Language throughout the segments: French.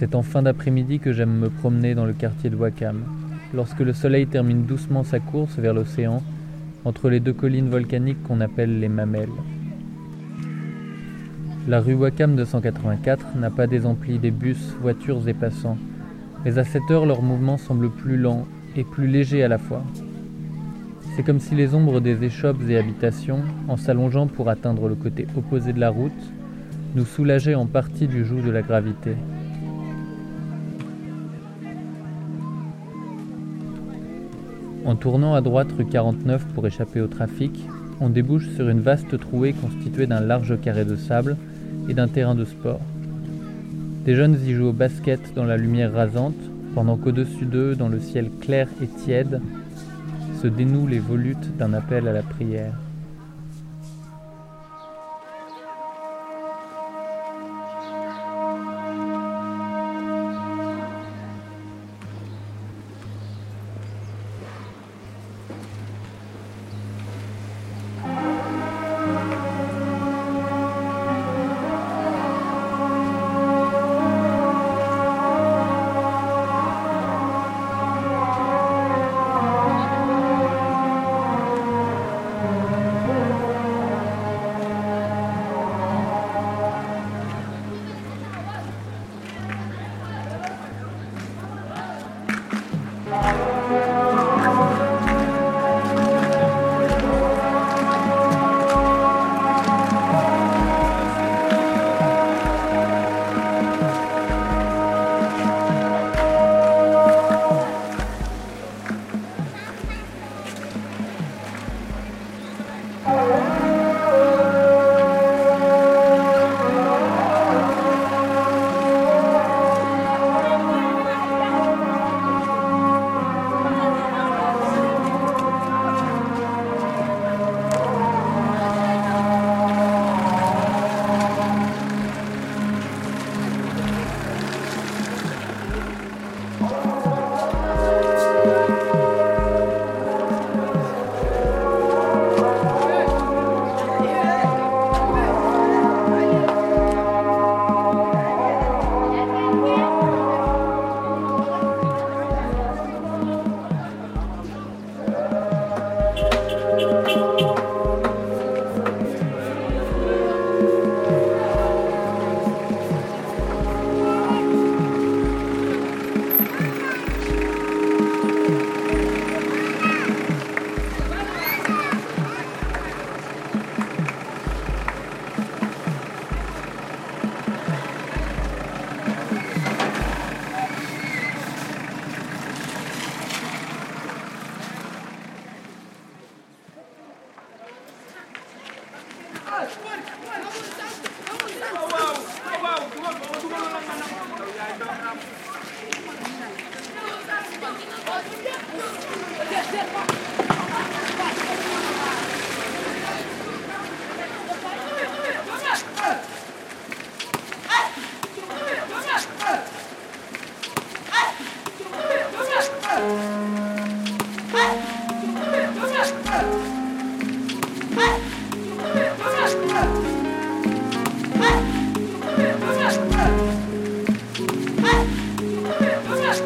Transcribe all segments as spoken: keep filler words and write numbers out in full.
C'est en fin d'après-midi que j'aime me promener dans le quartier de Wakam, lorsque le soleil termine doucement sa course vers l'océan, entre les deux collines volcaniques qu'on appelle les Mamelles. La rue Wakam deux cent quatre-vingt-quatre n'a pas désempli des bus, voitures et passants, mais à cette heure leur mouvement semble plus lent et plus léger à la fois. C'est comme si les ombres des échoppes et habitations, en s'allongeant pour atteindre le côté opposé de la route, nous soulageaient en partie du joug de la gravité. En tournant à droite rue quarante-neuf pour échapper au trafic, on débouche sur une vaste trouée constituée d'un large carré de sable et d'un terrain de sport. Des jeunes y jouent au basket dans la lumière rasante, pendant qu'au-dessus d'eux, dans le ciel clair et tiède, se dénouent les volutes d'un appel à la prière.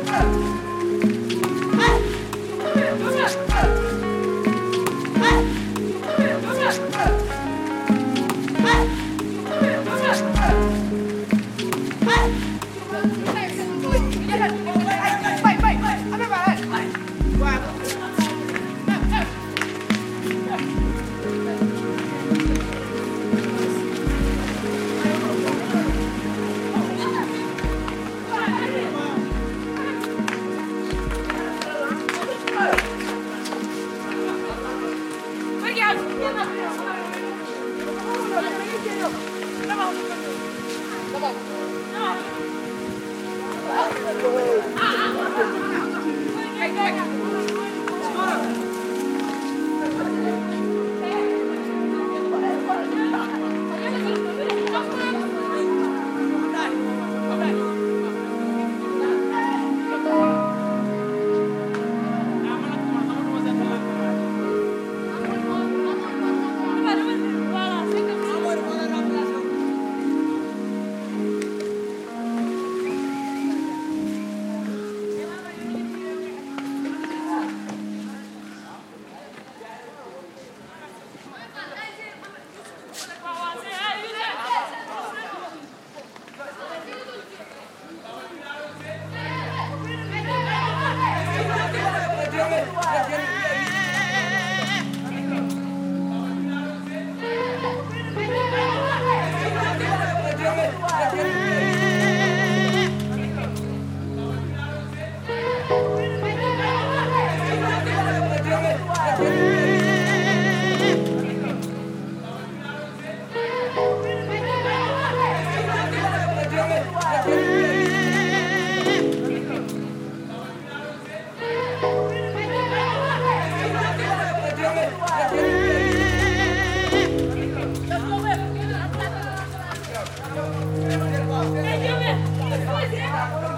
Ah!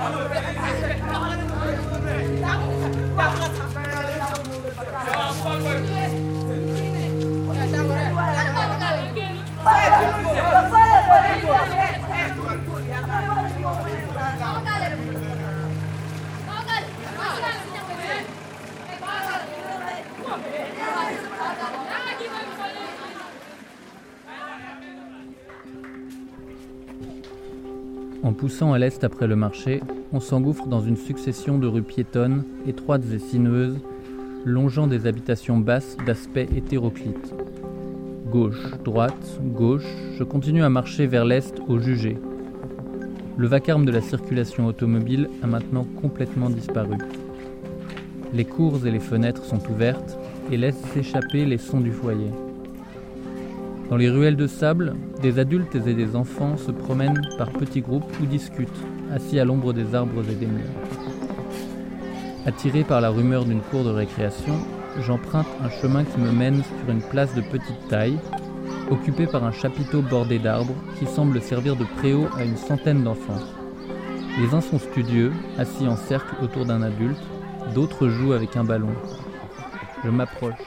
En poussant à l'est après le marché, on s'engouffre dans une succession de rues piétonnes, étroites et sinueuses, longeant des habitations basses d'aspect hétéroclite. Gauche, droite, gauche, je continue à marcher vers l'est au Jugé. Le vacarme de la circulation automobile a maintenant complètement disparu. Les cours et les fenêtres sont ouvertes et laissent s'échapper les sons du foyer. Dans les ruelles de sable, des adultes et des enfants se promènent par petits groupes ou discutent, assis à l'ombre des arbres et des murs. Attiré par la rumeur d'une cour de récréation, j'emprunte un chemin qui me mène sur une place de petite taille, occupée par un chapiteau bordé d'arbres qui semble servir de préau à une centaine d'enfants. Les uns sont studieux, assis en cercle autour d'un adulte, d'autres jouent avec un ballon. Je m'approche.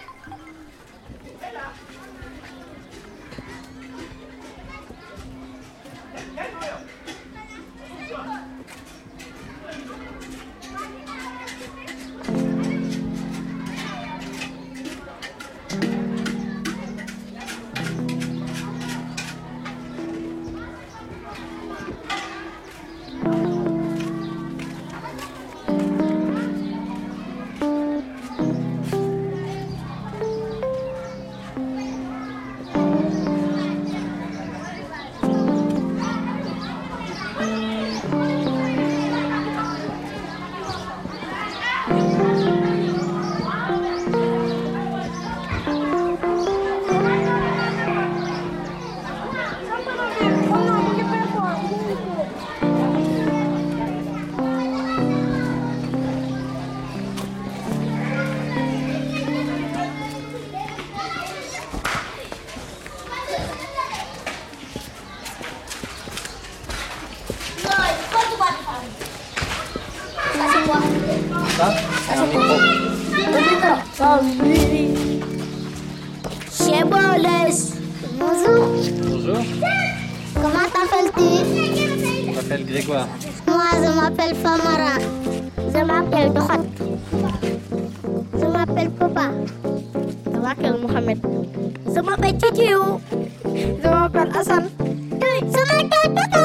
Ça, c'est un micro. Chez Boles. Bonjour. Bonjour, Comment t'appelles-tu? je m'appelle Grégoire. Moi, je m'appelle Famara. Je m'appelle Dohat. Je m'appelle Papa. Je m'appelle Mohamed. Je m'appelle Titiou. Je m'appelle Hassan. Je m'appelle Papa.